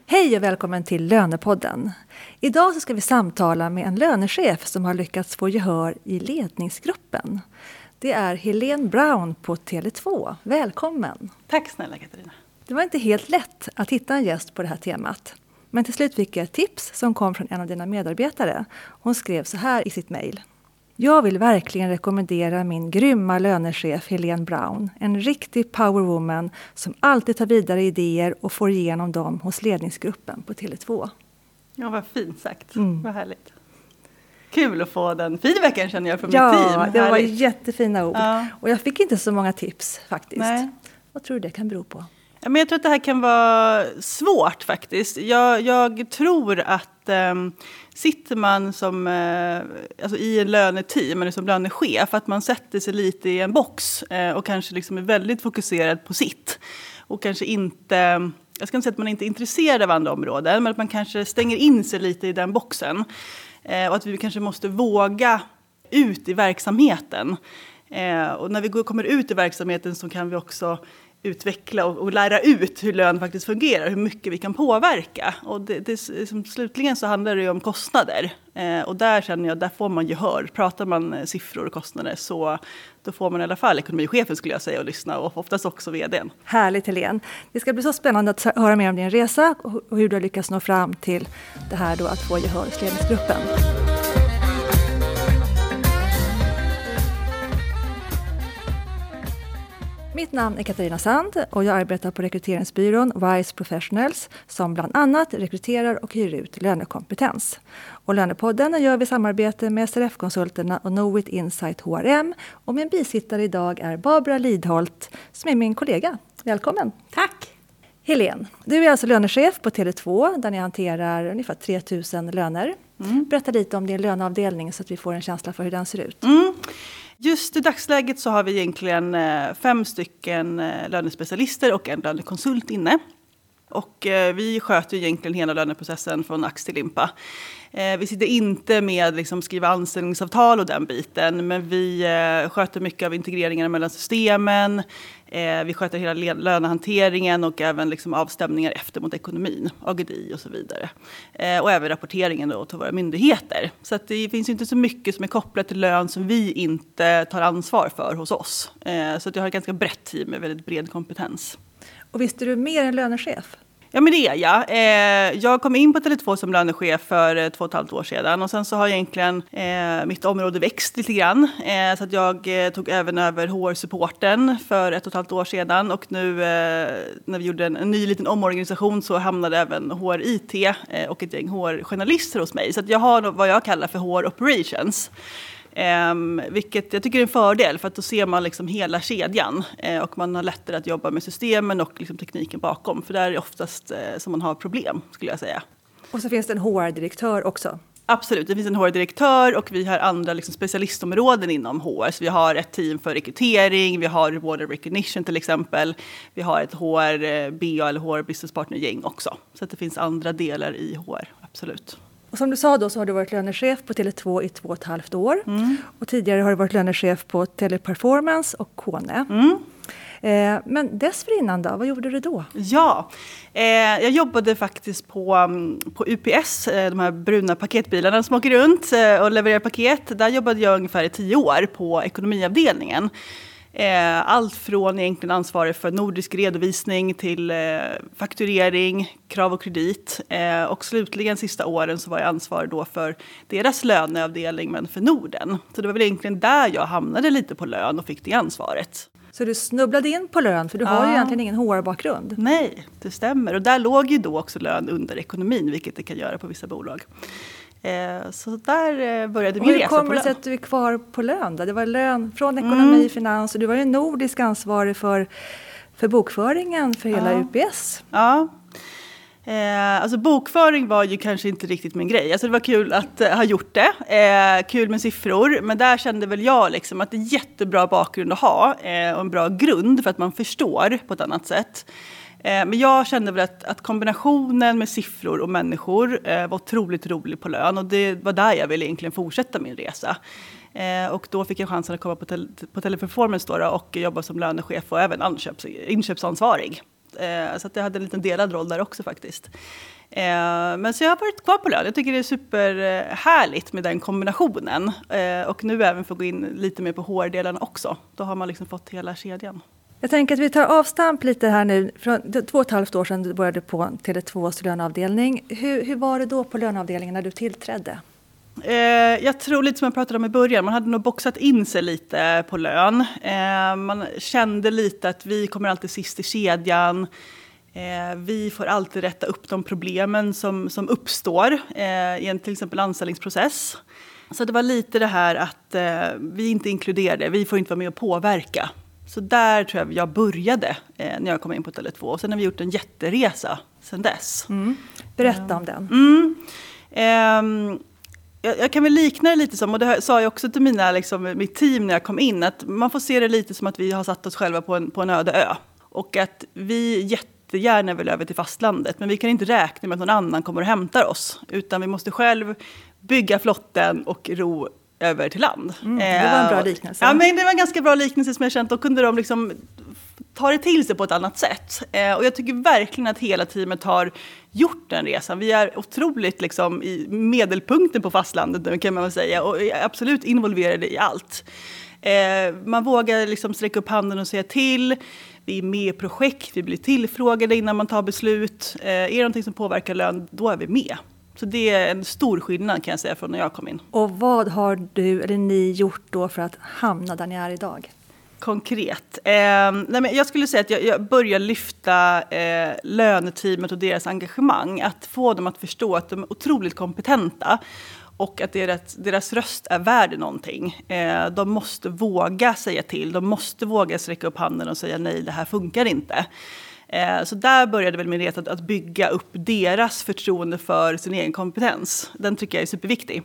Hej och välkommen till Lönepodden. Idag så ska vi samtala med en lönechef som har lyckats få gehör i ledningsgruppen. Det är Helene Brown på Tele2. Välkommen! Tack snälla Katarina. Det var inte helt lätt att hitta en gäst på det här temat. Men till slut fick jag ett tips som kom från en av dina medarbetare. Hon skrev så här i sitt mejl. Jag vill verkligen rekommendera min grymma lönechef Helene Brown. En riktig powerwoman som alltid tar vidare idéer och får igenom dem hos ledningsgruppen på Tele2. Ja, vad fint sagt. Vad härligt. Kul att få den feedbacken känner jag från mitt team. Ja, det var jättefina ord. Ja. Och jag fick inte så många tips faktiskt. Nej. Vad tror du det kan bero på? Ja, men jag tror att det här kan vara svårt faktiskt. Jag tror att sitter man som, alltså i en löneteam eller som lönechef, att man sätter sig lite i en box och kanske liksom är väldigt fokuserad på sitt. Och kanske inte, jag ska inte säga att man inte är intresserad av andra områden, men att man kanske stänger in sig lite i den boxen. Och att vi kanske måste våga ut i verksamheten. Och när vi kommer ut i verksamheten så kan vi också utveckla och lära ut hur lön faktiskt fungerar, hur mycket vi kan påverka. Och liksom, slutligen så handlar det ju om kostnader. Och där känner jag, där får man gehör. Pratar man siffror och kostnader så då får man i alla fall ekonomichefen skulle jag säga och lyssna och oftast också vdn. Härligt Helene. Det ska bli så spännande att höra mer om din resa och hur du har lyckats nå fram till det här då att få gehör i ledningsgruppen. Mitt namn är Katarina Sand och jag arbetar på rekryteringsbyrån Wise Professionals som bland annat rekryterar och hyr ut lönekompetens. Och Lönepodden gör vi samarbete med SRF-konsulterna och Knowit Insight HRM och min bisittare idag är Barbara Lidholt som är min kollega. Välkommen! Tack! Helene, du är alltså lönechef på Tele2 där ni hanterar ungefär 3000 löner. Berätta lite om din löneavdelning så att vi får en känsla för hur den ser ut. Just i dagsläget så har vi egentligen 5 stycken lönespecialister och en lönekonsult inne. Och vi sköter egentligen hela löneprocessen från ax till limpa. Vi sitter inte med liksom skriva anställningsavtal och den biten, men vi sköter mycket av integreringen mellan systemen. Vi sköter hela lönehanteringen och även liksom avstämningar efter mot ekonomin, AGDI och så vidare. Och även rapporteringen då till våra myndigheter. Så att det finns inte så mycket som är kopplat till lön som vi inte tar ansvar för hos oss. Så att jag har ett ganska brett team med väldigt bred kompetens. Och visst är du mer än lönechef? Ja, men det är jag. Jag kom in på Tele2 som lönechef för 2,5 år sedan. Och sen så har egentligen mitt område växt lite grann. Så att jag tog även över HR-supporten för 1,5 år sedan. Och nu när vi gjorde en ny liten omorganisation så hamnade även HR-IT och ett gäng HR-journalister hos mig. Så att jag har vad jag kallar för HR-operations. Vilket jag tycker är en fördel för att då ser man liksom hela kedjan och man har lättare att jobba med systemen och liksom tekniken bakom. För där är det oftast som man har problem skulle jag säga. Och så finns det en HR-direktör också? Absolut, det finns en HR-direktör och vi har andra liksom specialistområden inom HR. Så vi har ett team för rekrytering, vi har reward and recognition till exempel. Vi har ett HR-BA eller HR-business partner-gäng också. Så att det finns andra delar i HR, absolut. Och som du sa då så har du varit lönechef på Tele2 i 2,5 år. Och tidigare har du varit lönechef på Teleperformance och Kone. Men dessförinnan då, vad gjorde du då? Ja, jag jobbade faktiskt på UPS, de här bruna paketbilarna som åker runt och levererar paket. Där jobbade jag ungefär i 10 år på ekonomiavdelningen. Allt från egentligen ansvarig för nordisk redovisning till fakturering, krav och kredit. Och slutligen sista åren så var jag ansvarig då för deras löneavdelning men för Norden. Så det var väl egentligen där jag hamnade lite på lön och fick det ansvaret. Så du snubblade in på lön för du har ju egentligen ingen HR-bakgrund. Nej, det stämmer. Och där låg ju då också lön under ekonomin, vilket det kan göra på vissa bolag. Så där började min resa på lön. Hur kommer det sig att du är kvar på lön då? Det var lön från ekonomi, finans och du var ju nordisk ansvarig för bokföringen för hela UPS. Ja. Alltså bokföring var ju kanske inte riktigt min grej. Alltså det var kul att ha gjort det. Kul med siffror. Men där kände väl jag liksom att det är jättebra bakgrund att ha. Och en bra grund för att man förstår på ett annat sätt. Men jag kände väl att kombinationen med siffror och människor var otroligt rolig på lön. Och det var där jag ville egentligen fortsätta min resa. Och då fick jag chansen att komma på Teleperformance då och jobba som lönechef och även inköpsansvarig. Så att jag hade en liten delad roll där också faktiskt. Men så jag har varit kvar på lön. Jag tycker det är superhärligt med den kombinationen. Och nu även få gå in lite mer på HR-delen också. Då har man liksom fått hela kedjan. Jag tänker att vi tar avstamp lite här nu. Från 2,5 år sedan du började på Tele2s löneavdelning. Hur var det då på löneavdelningen när du tillträdde? Jag tror lite som jag pratade om i början, man hade nog boxat in sig lite på lön. Man kände lite att vi kommer alltid sist i kedjan. Vi får alltid rätta upp de problemen som uppstår i en till exempel anställningsprocess. Så det var lite det här att vi inte inkluderade, vi får inte vara med och påverka. Så där tror jag började när jag kom in på Tele2. Och sen har vi gjort en jätteresa sedan dess. Berätta om den. Jag kan väl likna det lite som, och det sa jag också till mitt team när jag kom in, att man får se det lite som att vi har satt oss själva på en öde ö. Och att vi jättegärna vill över till fastlandet, men vi kan inte räkna med att någon annan kommer och hämtar oss. Utan vi måste själv bygga flotten och ro över till land. Det var en bra liknelse. Ja, men det var en ganska bra liknelse som jag känt. Då kunde de liksom ta det till sig på ett annat sätt. Och jag tycker verkligen att hela teamet har gjort den resan. Vi är otroligt liksom i medelpunkten på fastlandet nu, kan man väl säga. Och är absolut involverade i allt. Man vågar liksom sträcka upp handen och säga till. Vi är med i projekt, vi blir tillfrågade innan man tar beslut. Är det någonting som påverkar lön, då är vi med. Så det är en stor skillnad kan jag säga från när jag kom in. Och vad har du eller ni gjort då för att hamna där ni är idag? Konkret. Jag skulle säga att jag börjar lyfta löneteamet och deras engagemang. Att få dem att förstå att de är otroligt kompetenta. Och att deras röst är värd någonting. De måste våga säga till. De måste våga sträcka upp handen och säga nej, det här funkar inte. Så där började väl min resa att bygga upp deras förtroende för sin egen kompetens. Den tycker jag är superviktig.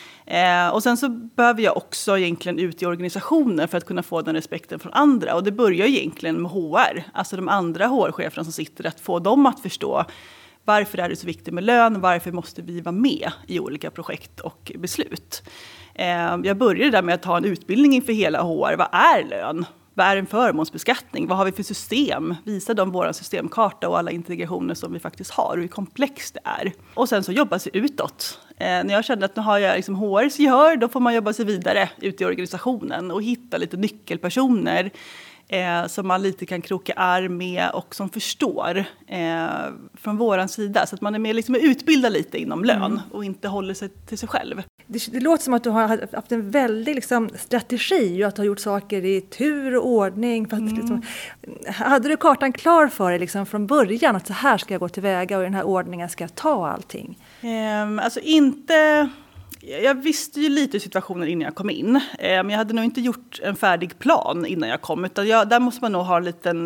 Och sen så behöver jag också egentligen ut i organisationer för att kunna få den respekten från andra. Och det börjar egentligen med HR. Alltså de andra HR-cheferna som sitter, att få dem att förstå varför är det så viktigt med lön, varför måste vi vara med i olika projekt och beslut. Jag började där med att ta en utbildning inför hela HR. Vad är lön? Vad är en förmånsbeskattning? Vad har vi för system? Visa dem vår systemkarta och alla integrationer som vi faktiskt har och hur komplext det är. Och sen så jobba sig utåt. När jag kände att nu har jag liksom HRs gehör, då får man jobba sig vidare ut i organisationen och hitta lite nyckelpersoner som man lite kan kroka arm med och som förstår från våran sida. Så att man är med liksom utbildad lite inom lön och inte håller sig till sig själv. Det låter som att du har haft en väldig liksom, strategi och att du har gjort saker i tur och ordning. För att, liksom, hade du kartan klar för dig liksom, från början att så här ska jag gå tillväga och i den här ordningen ska jag ta allting? Alltså inte... Jag visste ju lite situationen innan jag kom in. Men jag hade nog inte gjort en färdig plan innan jag kom. Utan där måste man nog ha en liten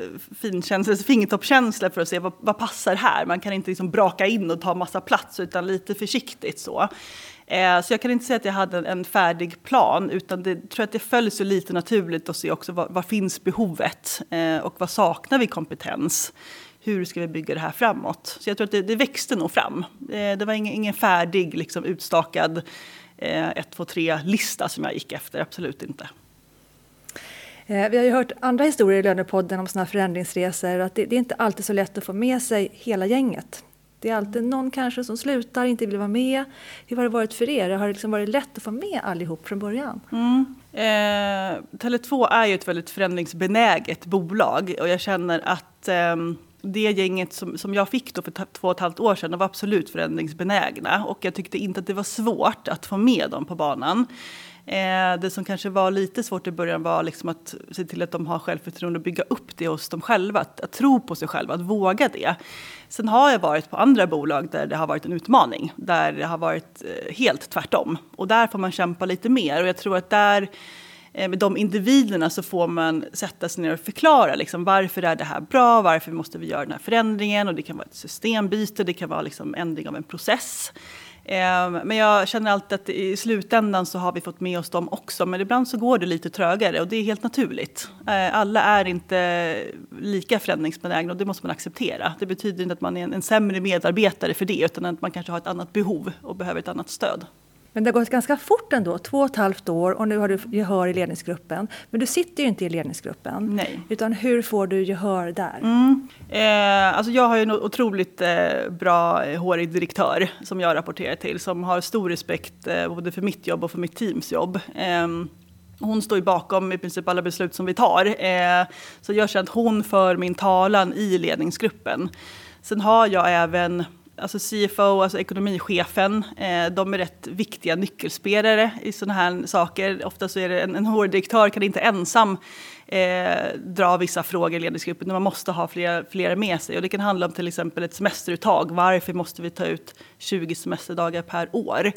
fingertoppkänsla för att se vad passar här. Man kan inte liksom braka in och ta massa plats utan lite försiktigt så. Så jag kan inte säga att jag hade en färdig plan, utan det tror jag att det följs så lite naturligt att se också vad finns behovet och vad saknar vi kompetens. Hur ska vi bygga det här framåt? Så jag tror att det växte nog fram. Det var ingen färdig liksom, utstakad 1, 2, 3-lista som jag gick efter, absolut inte. Vi har ju hört andra historier i Lönepodden om sådana här förändringsresor och att det är inte alltid så lätt att få med sig hela gänget. Det är alltid någon kanske som slutar, inte vill vara med. Hur har det varit för er? Har det liksom varit lätt att få med allihop från början? Tele2 är ju ett väldigt förändringsbenäget bolag. Och jag känner att det gänget som jag fick då för 2,5 år sedan var absolut förändringsbenägna. Och jag tyckte inte att det var svårt att få med dem på banan. Det som kanske var lite svårt i början var liksom att se till att de har självförtroende och bygga upp det hos dem själva. Att tro på sig själva, att våga det. Sen har jag varit på andra bolag där det har varit en utmaning. Där det har varit helt tvärtom. Och där får man kämpa lite mer. Och jag tror att där med de individerna så får man sätta sig ner och förklara liksom, varför är det här bra, varför måste vi göra den här förändringen. Och det kan vara ett systembyte, det kan vara liksom ändring av en process. Men jag känner alltid att i slutändan så har vi fått med oss dem också. Men ibland så går det lite trögare och det är helt naturligt. Alla är inte lika förändringsbenägna och det måste man acceptera. Det betyder inte att man är en sämre medarbetare för det, utan att man kanske har ett annat behov och behöver ett annat stöd. Men det har gått ganska fort ändå, 2,5 år och nu har du gehör i ledningsgruppen. Men du sitter ju inte i ledningsgruppen. Nej. Utan hur får du gehör där? Alltså jag har ju en otroligt bra HR-direktör som jag rapporterar till. Som har stor respekt både för mitt jobb och för mitt teams jobb. Hon står ju bakom i princip alla beslut som vi tar. Så jag känner att hon för min talan i ledningsgruppen. Sen har jag även alltså CFO, alltså ekonomichefen. De är rätt viktiga nyckelspelare i sådana här saker. Ofta så är det en HR-direktör kan inte ensam dra vissa frågor i ledningsgruppen. Man måste ha flera med sig. Och det kan handla om till exempel ett semesteruttag. Varför måste vi ta ut 20 semesterdagar per år?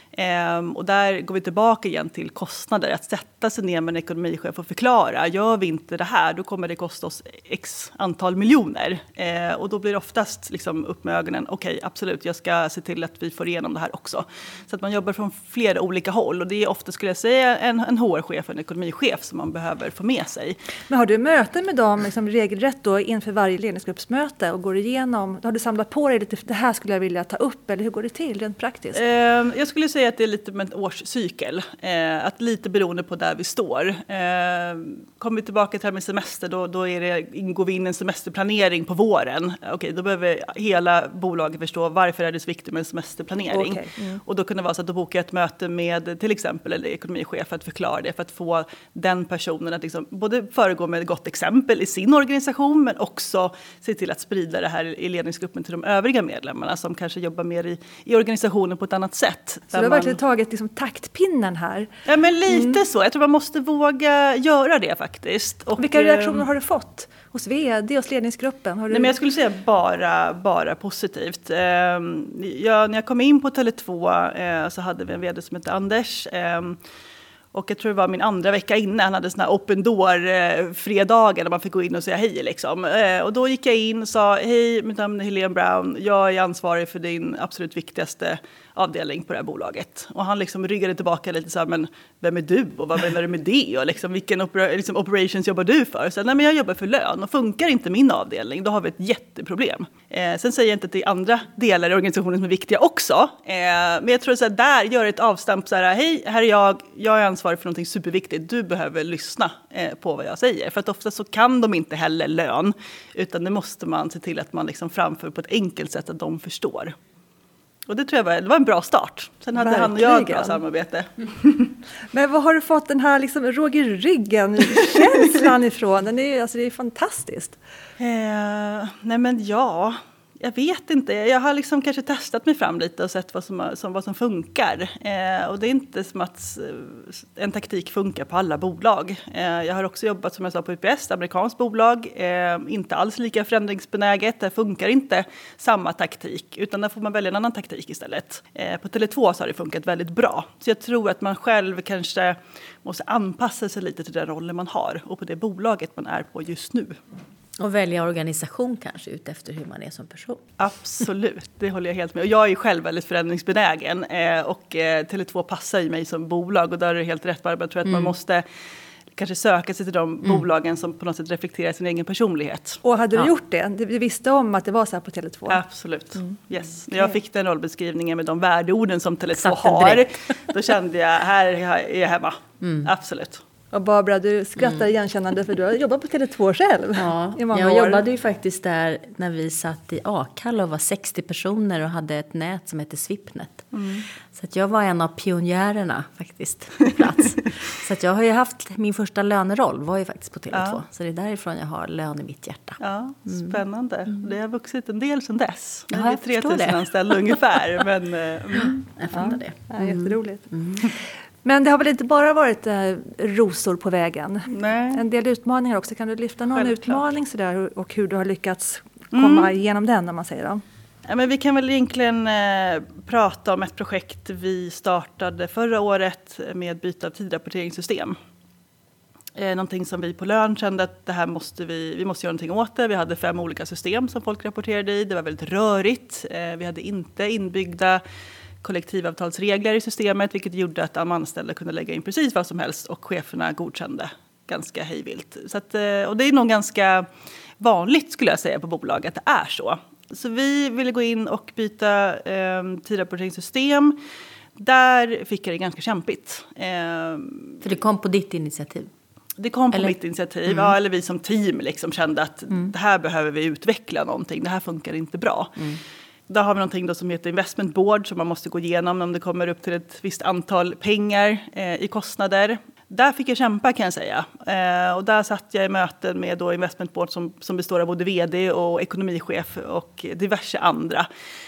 Och där går vi tillbaka igen till kostnader. Att sätta sig ner med en ekonomichef och förklara. Gör vi inte det här, då kommer det kosta oss x antal miljoner. Och då blir det oftast liksom upp med ögonen. Okej, absolut, jag ska se till att vi får igenom det här också. Så att man jobbar från flera olika håll. Och det är ofta, skulle jag säga, en HR-chef och en ekonomichef som man behöver få med sig. Men har du möten med dem liksom regelrätt då inför varje ledningsgruppsmöte och går igenom? Har du samlat på dig lite, det här skulle jag vilja ta upp, eller hur går det till rent praktiskt? Jag skulle säga att det är lite med en årscykel. Att lite beroende på där vi står. Kommer vi tillbaka till det här med semester, då ingår vi in en semesterplanering på våren. Okej, då behöver hela bolaget förstå varför är det så viktigt med en semesterplanering. Okay. Och då kan det vara så att då bokar jag ett möte med till exempel en ekonomichef för att förklara det. För att få den personen att liksom både föregå med ett gott exempel i sin organisation, men också se till att sprida det här i ledningsgruppen till de övriga medlemmarna som kanske jobbar mer i organisationen på ett annat sätt. Så du har verkligen tagit liksom taktpinnen här? Ja, men lite så. Jag tror man måste våga göra det faktiskt. Och vilka reaktioner har du fått hos vd, hos ledningsgruppen? Har du... Nej, men jag skulle säga bara positivt. När jag kom in på Tele2 så hade vi en vd som hette Anders. Och jag tror det var min andra vecka innan. Han hade såna här open door-fredagar där man fick gå in och säga hej. Liksom. Och då gick jag in och sa, hej, mitt namn är Helene Brown. Jag är ansvarig för din absolut viktigaste avdelning på det här bolaget. Och han liksom ryggade tillbaka lite så här, men vem är du och vad menar du med det? Och liksom, vilken operations jobbar du för? Så nej, men jag jobbar för lön och funkar inte min avdelning, då har vi ett jätteproblem. Sen säger jag inte att det är andra delar i organisationen som är viktiga också. Men jag tror så här, där gör ett avstamp så här, hej, här är jag är ansvarig för någonting superviktigt. Du behöver lyssna på vad jag säger. För att ofta så kan de inte heller lön, utan det måste man se till att man liksom framför på ett enkelt sätt att de förstår. Och det tror jag var en bra start. Sen hade han och jag ett bra samarbete. Men vad har du fått den här liksom råg i ryggen-känslan ifrån? Det är fantastiskt. Nej men ja, jag vet inte. Jag har liksom kanske testat mig fram lite och sett vad som funkar. Och det är inte som att en taktik funkar på alla bolag. Jag har också jobbat som jag sa på UPS, amerikanskt bolag. Inte alls lika förändringsbenäget. Det funkar inte samma taktik, utan där får man välja en annan taktik istället. På Tele2 så har det funkat väldigt bra. Så jag tror att man själv kanske måste anpassa sig lite till den rollen man har och på det bolaget man är på just nu. Och välja organisation kanske ut efter hur man är som person. Absolut, det håller jag helt med. Och jag är själv väldigt förändringsbenägen. Och Tele2 passar ju mig som bolag. Och där är det helt rätt. Jag tror att man måste kanske söka sig till de bolagen som på något sätt reflekterar sin egen personlighet. Och hade du gjort det? Du visste om att det var så här på Tele2? Absolut, yes. När jag fick den rollbeskrivningen med de värdeorden som Tele2 har, då kände jag, här är jag hemma. Absolut. Och Barbara, du skrattar igenkännande för du har jobbat på Tele2 själv i många år. Jag jobbade ju faktiskt där när vi satt i Akalla och var 60 personer och hade ett nät som hette Swipnet. Så att jag var en av pionjärerna faktiskt på plats. Så att jag har ju haft min första löneroll var ju faktiskt på Tele2. Ja. Så det är därifrån jag har lön i mitt hjärta. Ja, spännande. Det har vuxit en del sedan dess. Det är 3000 anställda ungefär. Men, jag fattar det. Ja, jätteroligt. Men det har väl inte bara varit rosor på vägen? Nej. En del utmaningar också. Kan du lyfta någon utmaning sådär, och hur du har lyckats komma igenom den, om man säger då? Ja, men vi kan väl egentligen prata om ett projekt vi startade förra året med byte av tidrapporteringssystem. Någonting som vi på Lön kände att det här måste vi måste göra någonting åt det. Vi hade 5 olika system som folk rapporterade i. Det var väldigt rörigt. Vi hade inte inbyggda kollektivavtalsregler i systemet, vilket gjorde att de anställda kunde lägga in precis vad som helst och cheferna godkände ganska hejvilt. Så att, och det är nog ganska vanligt skulle jag säga på bolag att det är så. Så vi ville gå in och byta tidrapporteringssystem. Där fick jag det ganska kämpigt. För det kom på ditt initiativ? Det kom på mitt initiativ, eller vi som team liksom kände att det här behöver vi utveckla någonting, det här funkar inte bra. Där har vi någonting då som heter investment board som man måste gå igenom om det kommer upp till ett visst antal pengar i kostnader. Där fick jag kämpa kan jag säga. Och där satt jag i möten med då investment board som består av både vd och ekonomichef och diverse andra.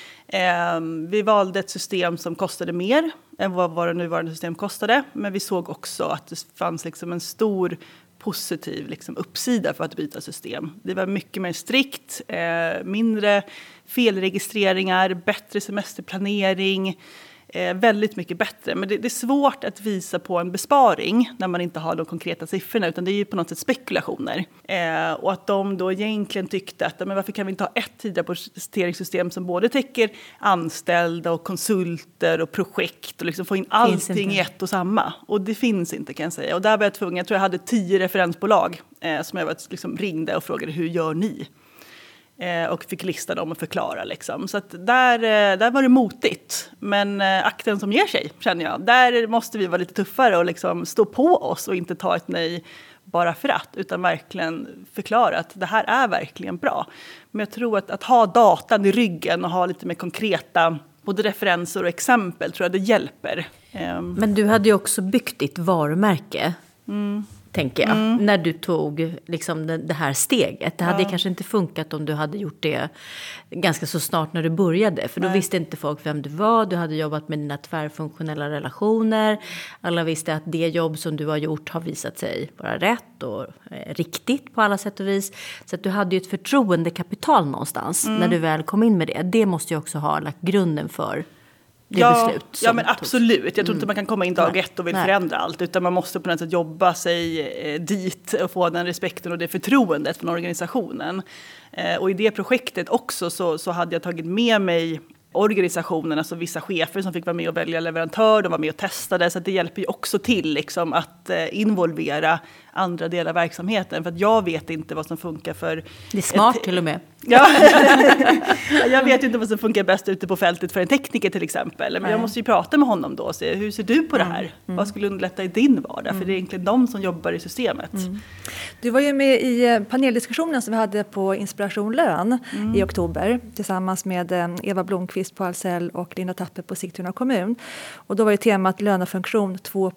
Vi valde ett system som kostade mer än vad våra nuvarande system kostade. Men vi såg också att det fanns liksom en stor positiv liksom uppsida för att byta system. Det var mycket mer strikt, mindre felregistreringar, bättre semesterplanering. Väldigt mycket bättre. Men det är svårt att visa på en besparing när man inte har de konkreta siffrorna, utan det är ju på något sätt spekulationer. Och att de då egentligen tyckte att men varför kan vi inte ha ett tidrapporteringssystem som både täcker anställda och konsulter och projekt och liksom få in allting i ett och samma. Och det finns inte kan jag säga. Och där var jag tvungen, jag tror jag hade 10 referensbolag som jag liksom ringde och frågade hur gör ni? Och fick lista dem och förklara liksom. Så att där var det motigt. Men akten som ger sig känner jag. Där måste vi vara lite tuffare och liksom stå på oss och inte ta ett nej bara för att. Utan verkligen förklara att det här är verkligen bra. Men jag tror att ha datan i ryggen och ha lite mer konkreta både referenser och exempel tror jag det hjälper. Men du hade ju också byggt ditt varumärke. Tänker jag, när du tog liksom det här steget. Det hade kanske inte funkat om du hade gjort det ganska så snart när du började. För då visste inte folk vem du var. Du hade jobbat med dina tvärfunktionella relationer. Alla visste att det jobb som du har gjort har visat sig vara rätt och riktigt på alla sätt och vis. Så att du hade ju ett förtroendekapital någonstans när du väl kom in med det. Det måste ju också ha lagt grunden för beslut. Ja, men absolut. Jag tror inte man kan komma in dag ett och vill förändra allt. Utan man måste på något sätt jobba sig dit och få den respekten och det förtroendet från organisationen. Och i det projektet också så hade jag tagit med mig organisationen, alltså vissa chefer som fick vara med och välja leverantör, de var med och testade, så att det hjälper ju också till liksom, att involvera andra delar av verksamheten, för att jag vet inte vad som funkar för... Det är smart till och med. Ja, jag vet inte vad som funkar bäst ute på fältet för en tekniker till exempel, men jag måste ju prata med honom då och se hur ser du på det här? Vad skulle underlätta i din vardag? För det är egentligen de som jobbar i systemet. Du var ju med i paneldiskussionen som vi hade på Inspiration Lön i oktober tillsammans med Eva Blomqvist på Ahlsell och Linda Tappe på Sigtuna kommun. Och då var ju temat lönefunktion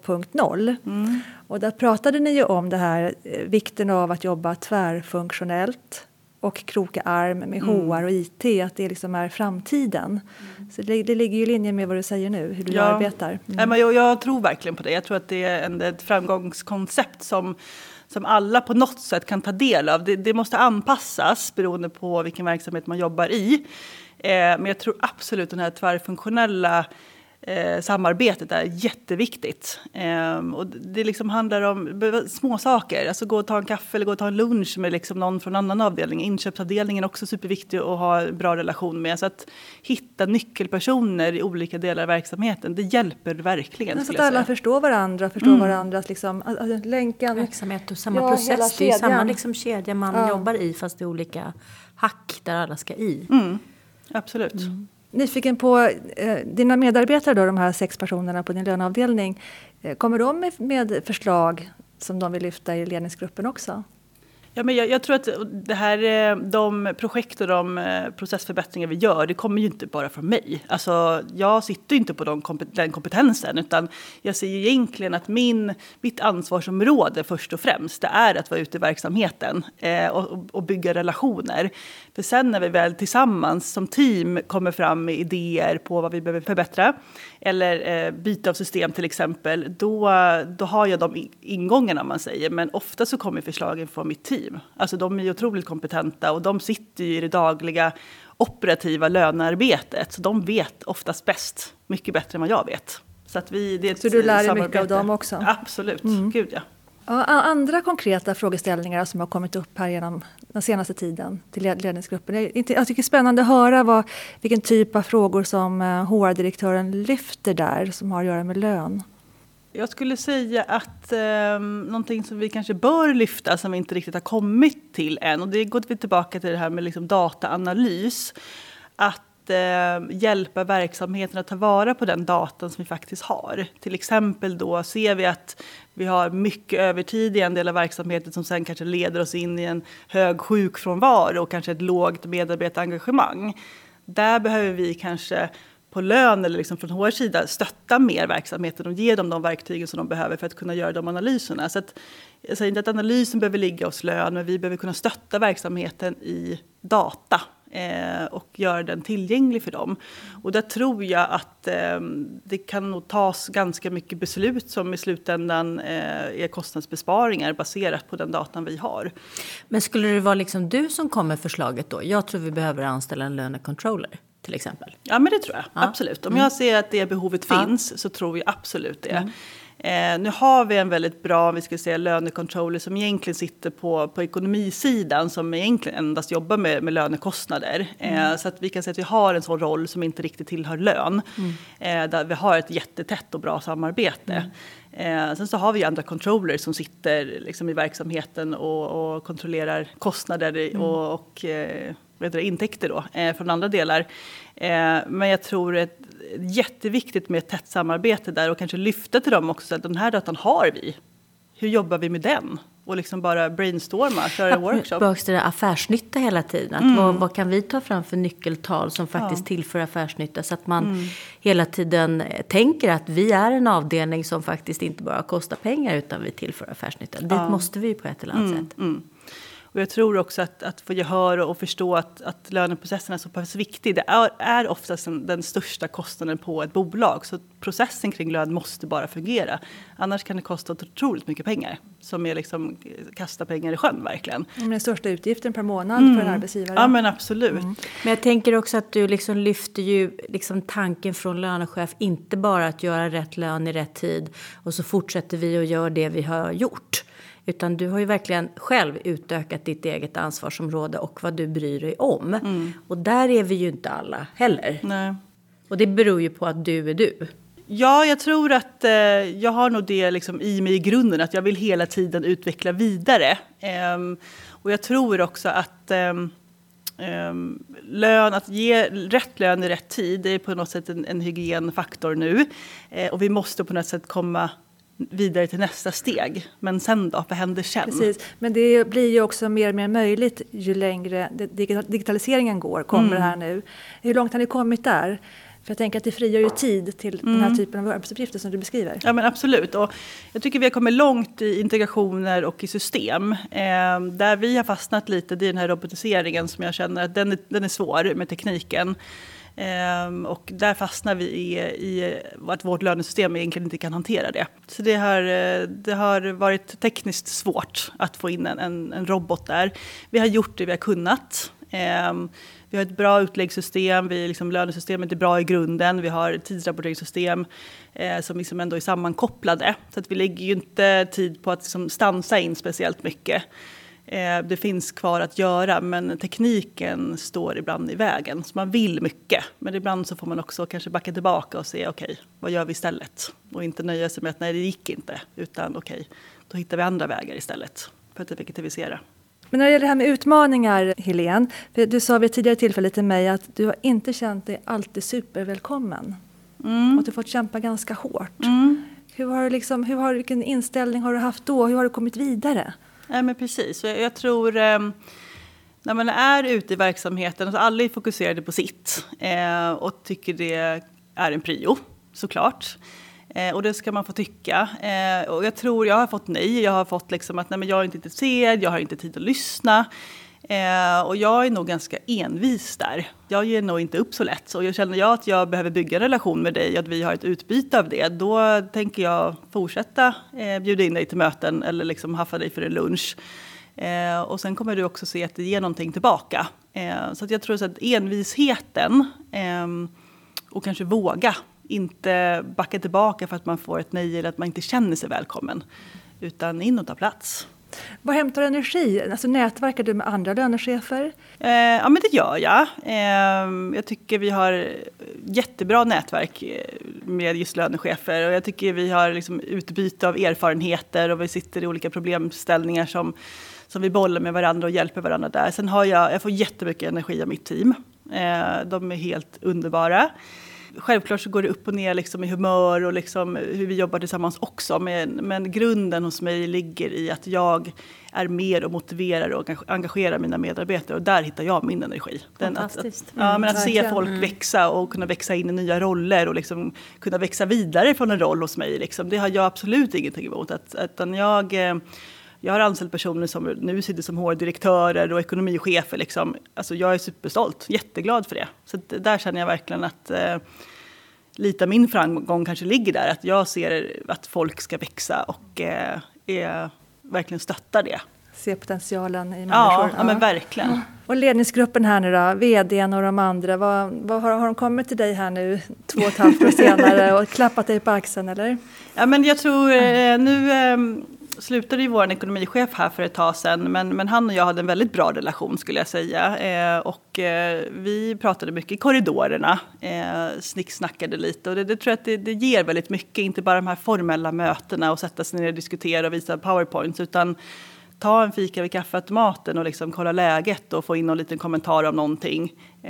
2.0. Och där pratade ni ju om det här, vikten av att jobba tvärfunktionellt och kroka arm med HR och IT, att det liksom är framtiden. Så det ligger ju i linje med vad du säger nu, hur du arbetar. Men jag tror verkligen på det. Jag tror att det är ett framgångskoncept som alla på något sätt kan ta del av. Det måste anpassas beroende på vilken verksamhet man jobbar i. Men jag tror absolut den här tvärfunktionella samarbetet är jätteviktigt. Och det liksom handlar om små saker. Alltså gå och ta en kaffe eller gå och ta en lunch med liksom någon från en annan avdelning. Inköpsavdelningen är också superviktig att ha en bra relation med. Så att hitta nyckelpersoner i olika delar av verksamheten, det hjälper verkligen. Så att alla förstår varandra, förstår varandras liksom, länken. Verksamhet och samma process. Det är samma liksom kedja man jobbar i, fast det är olika hack där alla ska i. Absolut. Nyfiken på dina medarbetare då, de här 6 personerna på din löneavdelning. Kommer de med förslag som de vill lyfta i ledningsgruppen också? Ja, men jag tror att det här, de projekt och de processförbättringar vi gör, det kommer ju inte bara från mig. Alltså, jag sitter ju inte på den kompetensen, utan jag ser egentligen att mitt ansvarsområde först och främst, det är att vara ute i verksamheten och bygga relationer. För sen när vi väl tillsammans som team kommer fram med idéer på vad vi behöver förbättra eller byta av system till exempel, då har jag de ingångarna man säger. Men ofta så kommer förslagen från mitt team. Alltså de är ju otroligt kompetenta och de sitter ju i det dagliga operativa lönearbetet. Så de vet oftast bäst, mycket bättre än vad jag vet. Så du lär dig mycket av dem också? Absolut, gud ja. Ja, andra konkreta frågeställningar som har kommit upp här genom den senaste tiden till ledningsgruppen. Jag tycker det är spännande att höra vilken typ av frågor som HR-direktören lyfter där som har att göra med lön. Jag skulle säga att någonting som vi kanske bör lyfta som vi inte riktigt har kommit till än, och det går vi tillbaka till det här med liksom dataanalys, att hjälpa verksamheten att ta vara på den datan som vi faktiskt har. Till exempel då ser vi att vi har mycket övertid i en del av verksamheten som sen kanske leder oss in i en hög sjukfrånvaro och kanske ett lågt medarbetarengagemang. Där behöver vi kanske på lön eller liksom från HR:s sida stötta mer verksamheten och ge dem de verktygen som de behöver för att kunna göra de analyserna. Så att, jag säger inte att analysen behöver ligga hos lön, men vi behöver kunna stötta verksamheten i data och göra den tillgänglig för dem. Och där tror jag att det kan nog tas ganska mycket beslut som i slutändan är kostnadsbesparingar baserat på den datan vi har. Men skulle det vara liksom du som kommer med förslaget då? Jag tror vi behöver anställa en lönecontroller till exempel. Ja, men det tror jag. Ja. Absolut. Om jag ser att det behovet finns så tror jag absolut det. Nu har vi en väldigt bra, vi ska säga, lönecontroller som egentligen sitter på ekonomisidan som egentligen endast jobbar med lönekostnader. Så att vi kan säga att vi har en sån roll som inte riktigt tillhör lön. Där vi har ett jättetätt och bra samarbete. Sen så har vi andra controllers som sitter liksom i verksamheten och kontrollerar kostnader och intäkter då, från andra delar. Men jag tror att det är jätteviktigt med ett tätt samarbete där och kanske lyfta till dem också så att den här datan har vi. Hur jobbar vi med den? Och liksom bara brainstorma, köra en workshop. Tillbaka till det affärsnytta hela tiden. Att vad kan vi ta fram för nyckeltal som faktiskt tillför affärsnytta så att man hela tiden tänker att vi är en avdelning som faktiskt inte bara kostar pengar utan vi tillför affärsnytta. Dit måste vi på ett eller annat sätt. Och jag tror också att få gehör och förstå att löneprocessen är så pass viktig. Det är oftast den största kostnaden på ett bolag. Så processen kring lön måste bara fungera. Annars kan det kosta otroligt mycket pengar. Som är liksom kasta pengar i sjön verkligen. Men den största utgiften per månad för en arbetsgivare. Ja, men absolut. Men jag tänker också att du liksom lyfter ju liksom tanken från lönechef. Inte bara att göra rätt lön i rätt tid. Och så fortsätter vi och gör det vi har gjort. Utan du har ju verkligen själv utökat ditt eget ansvarsområde och vad du bryr dig om. Och där är vi ju inte alla heller. Nej. Och det beror ju på att du är du. Ja, jag tror att jag har nog det liksom i mig i grunden. Att jag vill hela tiden utveckla vidare. Och jag tror också att att ge rätt lön i rätt tid. Det är på något sätt en hygienfaktor nu. Och vi måste på något sätt komma vidare till nästa steg. Men sen då, vad händer sen? Precis, men det blir ju också mer och mer möjligt ju längre digitaliseringen kommer här nu. Hur långt har ni kommit där? För jag tänker att det frigör ju tid till den här typen av arbetsuppgifter som du beskriver. Ja, men absolut. Och jag tycker vi har kommit långt i integrationer och i system. Där vi har fastnat lite i den här robotiseringen som jag känner att den är svår med tekniken. Och där fastnar vi i att vårt lönesystem egentligen inte kan hantera det. Så det har varit tekniskt svårt att få in en robot där. Vi har gjort det vi har kunnat. Vi har ett bra utläggssystem, lönesystemet är bra i grunden. Vi har ett tidsrapporteringssystem som liksom ändå är sammankopplade. Så att vi lägger ju inte tid på att liksom stansa in speciellt mycket. Det finns kvar att göra, men tekniken står ibland i vägen. Så man vill mycket, men ibland så får man också kanske backa tillbaka och se okej, vad gör vi istället? Och inte nöja sig med att nej, det gick inte, utan okej, då hittar vi andra vägar istället för att effektivisera. Men när det gäller det här med utmaningar, Helene, för du sa vid ett tidigare tillfälle till mig att du har inte känt dig alltid supervälkommen. Och att du fått kämpa ganska hårt. Vilken inställning har du haft då? Hur har du kommit vidare? Ja, men precis. Jag tror när man är ute i verksamheten, så alla är fokuserade på sitt och tycker det är en prio, såklart. Och det ska man få tycka. Och jag tror jag har fått nej. Jag har fått liksom att nej, men jag är inte intresserad, jag har inte tid att lyssna. Och jag är nog ganska envis där. Jag ger nog inte upp så lätt. Och känner jag att jag behöver bygga en relation med dig, att vi har ett utbyte av det, då tänker jag fortsätta bjuda in dig till möten eller liksom haffa dig för en lunch. Och sen kommer du också se att det ger någonting tillbaka. Så att jag tror så att envisheten och kanske våga inte backa tillbaka för att man får ett nej eller att man inte känner sig välkommen, utan in och ta plats. Vad hämtar energi? Alltså nätverkar du med andra lönechefer? Ja, men det gör jag. Jag tycker vi har jättebra nätverk med just lönechefer. Och jag tycker vi har liksom utbyte av erfarenheter och vi sitter i olika problemställningar som vi bollar med varandra och hjälper varandra där. Sen har jag får jättemycket energi av mitt team. De är helt underbara. Självklart så går det upp och ner liksom i humör och liksom hur vi jobbar tillsammans också. Men grunden hos mig ligger i att jag är med och motiverar och engagerar mina medarbetare. Och där hittar jag min energi. Fantastiskt. Att se folk växa och kunna växa in i nya roller och liksom kunna växa vidare från en roll hos mig. Liksom. Det har jag absolut ingenting emot. Jag har anställt personer som nu sitter som HR-direktörer och ekonomichefer. Liksom. Alltså jag är superstolt, jätteglad för det. Så där känner jag verkligen att lite av min framgång kanske ligger där. Att jag ser att folk ska växa och verkligen stöttar det. Se potentialen i människor. Ja, men verkligen. Ja. Och ledningsgruppen här nu då, vdn och de andra, vad har de kommit till dig här nu 2,5 år senare och klappat dig på axeln eller? Ja, men jag tror nu slutade ju vår ekonomichef här för ett tag sedan, men han och jag hade en väldigt bra relation skulle jag säga. Och vi pratade mycket i korridorerna, snicksnackade lite och det tror jag att det ger väldigt mycket, inte bara de här formella mötena och sätta sig ner och diskutera och visa powerpoints, utan ta en fika vid kaffeautomaten och liksom kolla läget och få in någon liten kommentar om någonting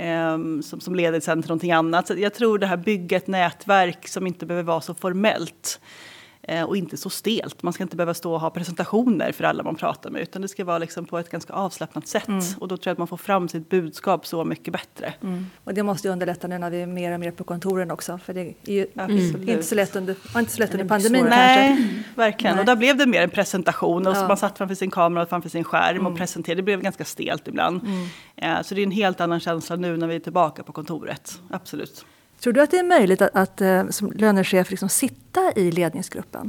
som leder sen till någonting annat. Så jag tror det här bygga ett nätverk som inte behöver vara så formellt och inte så stelt. Man ska inte behöva stå och ha presentationer för alla man pratar med, utan det ska vara liksom på ett ganska avslappnat sätt. Och då tror jag att man får fram sitt budskap så mycket bättre. Och det måste ju underlätta nu när vi är mer och mer på kontoren också. För det är ju inte så lätt under pandemin Nej, kanske. Verkligen. Nej. Och där blev det mer en presentation. Och så man satt framför sin kamera och framför sin skärm och presenterade. Det blev ganska stelt ibland. Så det är en helt annan känsla nu när vi är tillbaka på kontoret. Absolut. Tror du att det är möjligt att som lönechef liksom sitta i ledningsgruppen?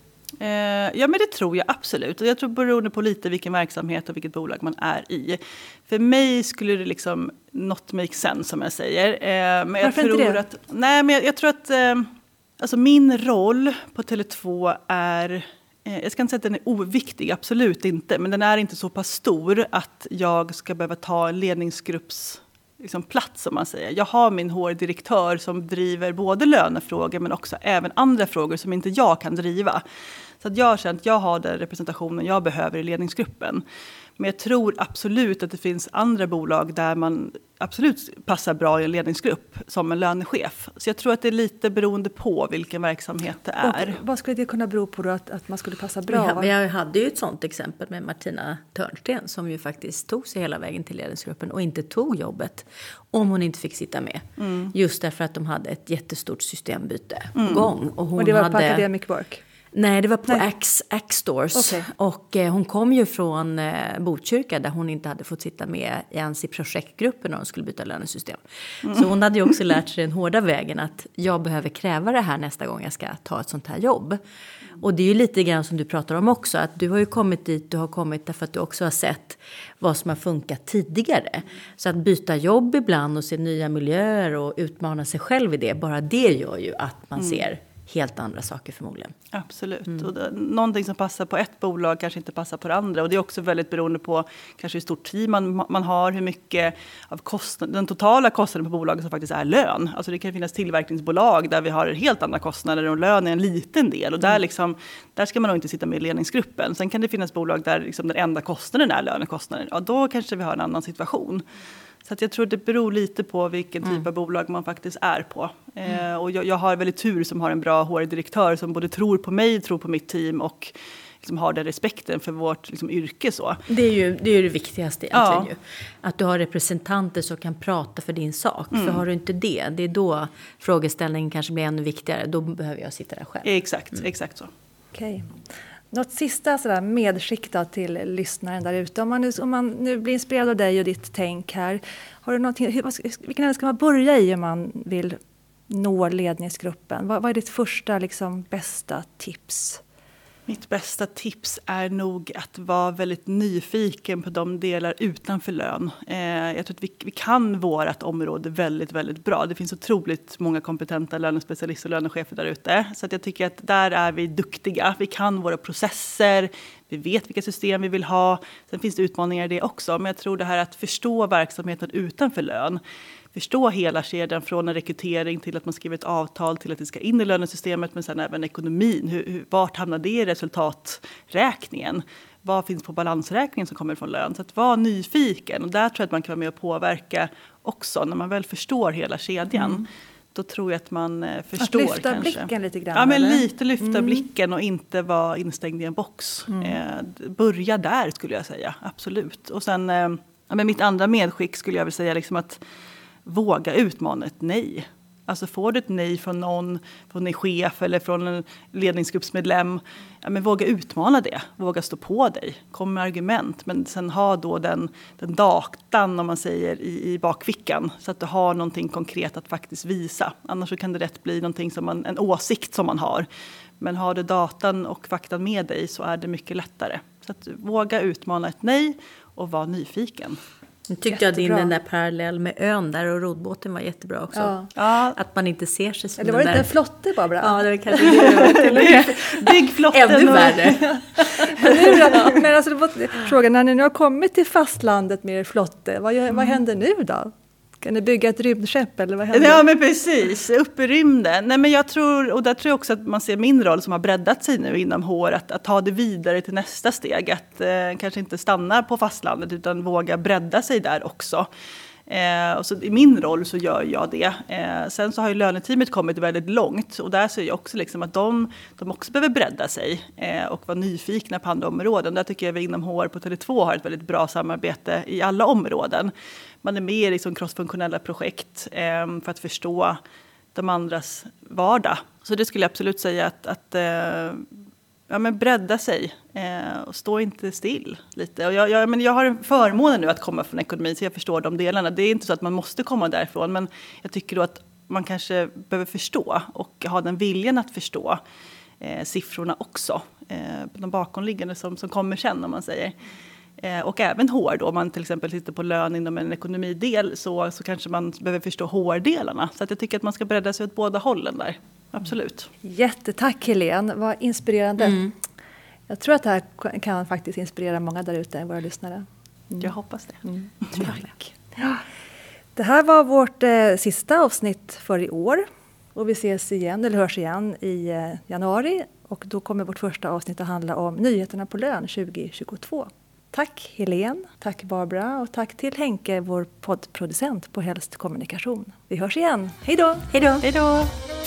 Ja, men det tror jag absolut. Och jag tror beroende på lite vilken verksamhet och vilket bolag man är i. För mig skulle det liksom not make sense, som jag säger. Men varför jag tror inte det? att, nej, men jag tror att alltså min roll på Tele2 är... Jag ska inte säga att den är oviktig, absolut inte. Men den är inte så pass stor att jag ska behöva ta en ledningsgrupps... liksom plats, som man säger. Jag har min HR-direktör som driver både lönefrågor men också även andra frågor som inte jag kan driva. Så att jag har känt att jag har den representationen jag behöver i ledningsgruppen. Men jag tror absolut att det finns andra bolag där man absolut passar bra i en ledningsgrupp som en lönechef. Så jag tror att det är lite beroende på vilken verksamhet det är. Och vad skulle det kunna bero på då att man skulle passa bra? Jag hade ju ett sånt exempel med Martina Törnsten som ju faktiskt tog sig hela vägen till ledningsgruppen och inte tog jobbet om hon inte fick sitta med. Just därför att de hade ett jättestort systembyte på gång. Och det var på Academic Work? Nej, det var på X-Stores. Okay. Och hon kom ju från Botkyrka där hon inte hade fått sitta med ens i projektgruppen när hon skulle byta lönesystem. Så hon hade ju också lärt sig den hårda vägen att jag behöver kräva det här nästa gång jag ska ta ett sånt här jobb. Och det är ju lite grann som du pratar om också, att du har ju kommit dit, du har kommit därför att du också har sett vad som har funkat tidigare. Så att byta jobb ibland och se nya miljöer och utmana sig själv i det, bara det gör ju att man ser helt andra saker förmodligen. Absolut. Och någonting som passar på ett bolag kanske inte passar på det andra. Och det är också väldigt beroende på kanske hur stort team man har, hur mycket av den totala kostnaden på bolaget som faktiskt är lön. Alltså det kan finnas tillverkningsbolag där vi har helt andra kostnader och lön är en liten del. Och där ska man nog inte sitta med i ledningsgruppen. Sen kan det finnas bolag där liksom den enda kostnaden är lönekostnaden. Ja, då kanske vi har en annan situation. Så att jag tror att det beror lite på vilken typ av bolag man faktiskt är på. Och jag har väldigt tur som har en bra HR-direktör som både tror på mig, tror på mitt team och liksom har den respekten för vårt liksom, yrke. Så. Det är ju det viktigaste egentligen. Ja. Att du har representanter som kan prata för din sak. För har du inte det är då frågeställningen kanske blir ännu viktigare. Då behöver jag sitta där själv. Exakt så. Okej. Något sista sådär medskick till lyssnaren där ute. Om man nu blir inspirerad av dig och ditt tänk här. Har du vilken ände ska man börja i om man vill nå ledningsgruppen? Vad är ditt första bästa tips? Mitt bästa tips är nog att vara väldigt nyfiken på de delar utanför lön. Jag tror att vi kan vårt område väldigt, väldigt bra. Det finns otroligt många kompetenta lönespecialister och lönechefer där ute. Så att jag tycker att där är vi duktiga. Vi kan våra processer, vi vet vilka system vi vill ha. Sen finns det utmaningar i det också. Men jag tror det här att förstå verksamheten utanför lön. Förstå hela kedjan från en rekrytering till att man skriver ett avtal till att det ska in i lönesystemet, men sen även ekonomin. Vart hamnar det i resultaträkningen? vad finns på balansräkningen som kommer från lön. Så att vara nyfiken, och där tror jag att man kan vara med och påverka också när man väl förstår hela kedjan. Då tror jag att man förstår att lyfta kanske. Blicken lite grann. Ja, men eller? lite lyfta blicken och inte vara instängd i en box. Börja där skulle jag säga, absolut. Och sen, men mitt andra medskick skulle jag vilja säga liksom att våga utmana ett nej. Alltså får du ett nej från någon, från en chef eller från en ledningsgruppsmedlem, men våga utmana det. Våga stå på dig. Kom med argument, men sen ha då den datan, om man säger, i bakfickan. Så att du har någonting konkret att faktiskt visa. Annars så kan det rätt bli någonting som en åsikt som man har. Men har du datan och faktan med dig så är det mycket lättare. Så att våga utmana ett nej och vara nyfiken. Nu tyckte jag den där parallell med ön där och rodbåten var jättebra också. Ja. Att man inte ser sig som Eller var det inte en flotte bara? Ja, det var kanske det. Bygg flotten. Ännu värre. Men alltså, frågan, när ni nu har kommit till fastlandet med er flotte, vad händer nu då? Kan ni bygga ett rymdskepp eller vad händer? Ja, men precis. Upp i rymden. Nej, men jag tror, och där tror jag också att man ser min roll som har breddat sig nu inom HR, att ta det vidare till nästa steg. Att kanske inte stanna på fastlandet utan våga bredda sig där också. Och så i min roll så gör jag det. Sen så har ju löneteamet kommit väldigt långt. Och där ser jag också liksom att de också behöver bredda sig och vara nyfikna på andra områden. Där tycker jag vi inom HR på Tele2 har ett väldigt bra samarbete i alla områden. Man är med i liksom crossfunktionella projekt för att förstå de andras vardag. Så det skulle jag absolut säga att men bredda sig och stå inte still lite. Och jag har en förmån nu att komma från ekonomin, så jag förstår de delarna. Det är inte så att man måste komma därifrån, men jag tycker då att man kanske behöver förstå och ha den viljan att förstå siffrorna också. De bakomliggande som kommer sen, om man säger. Och även HR då, om man till exempel tittar på lön inom en ekonomidel så kanske man behöver förstå HR-delarna. Så att jag tycker att man ska bredda sig åt båda hållen där. Absolut. Jättetack Helene, vad inspirerande. Jag tror att det här kan faktiskt inspirera många där ute, våra lyssnare. Jag hoppas det. Tack. Ja. Det här var vårt sista avsnitt för i år. Och vi ses igen, eller hörs igen i januari. Och då kommer vårt första avsnitt att handla om nyheterna på lön 2022. Tack Helene, tack Barbara och tack till Henke, vår poddproducent på Helst Kommunikation. Vi hörs igen. Hej då! Hej då! Hej då!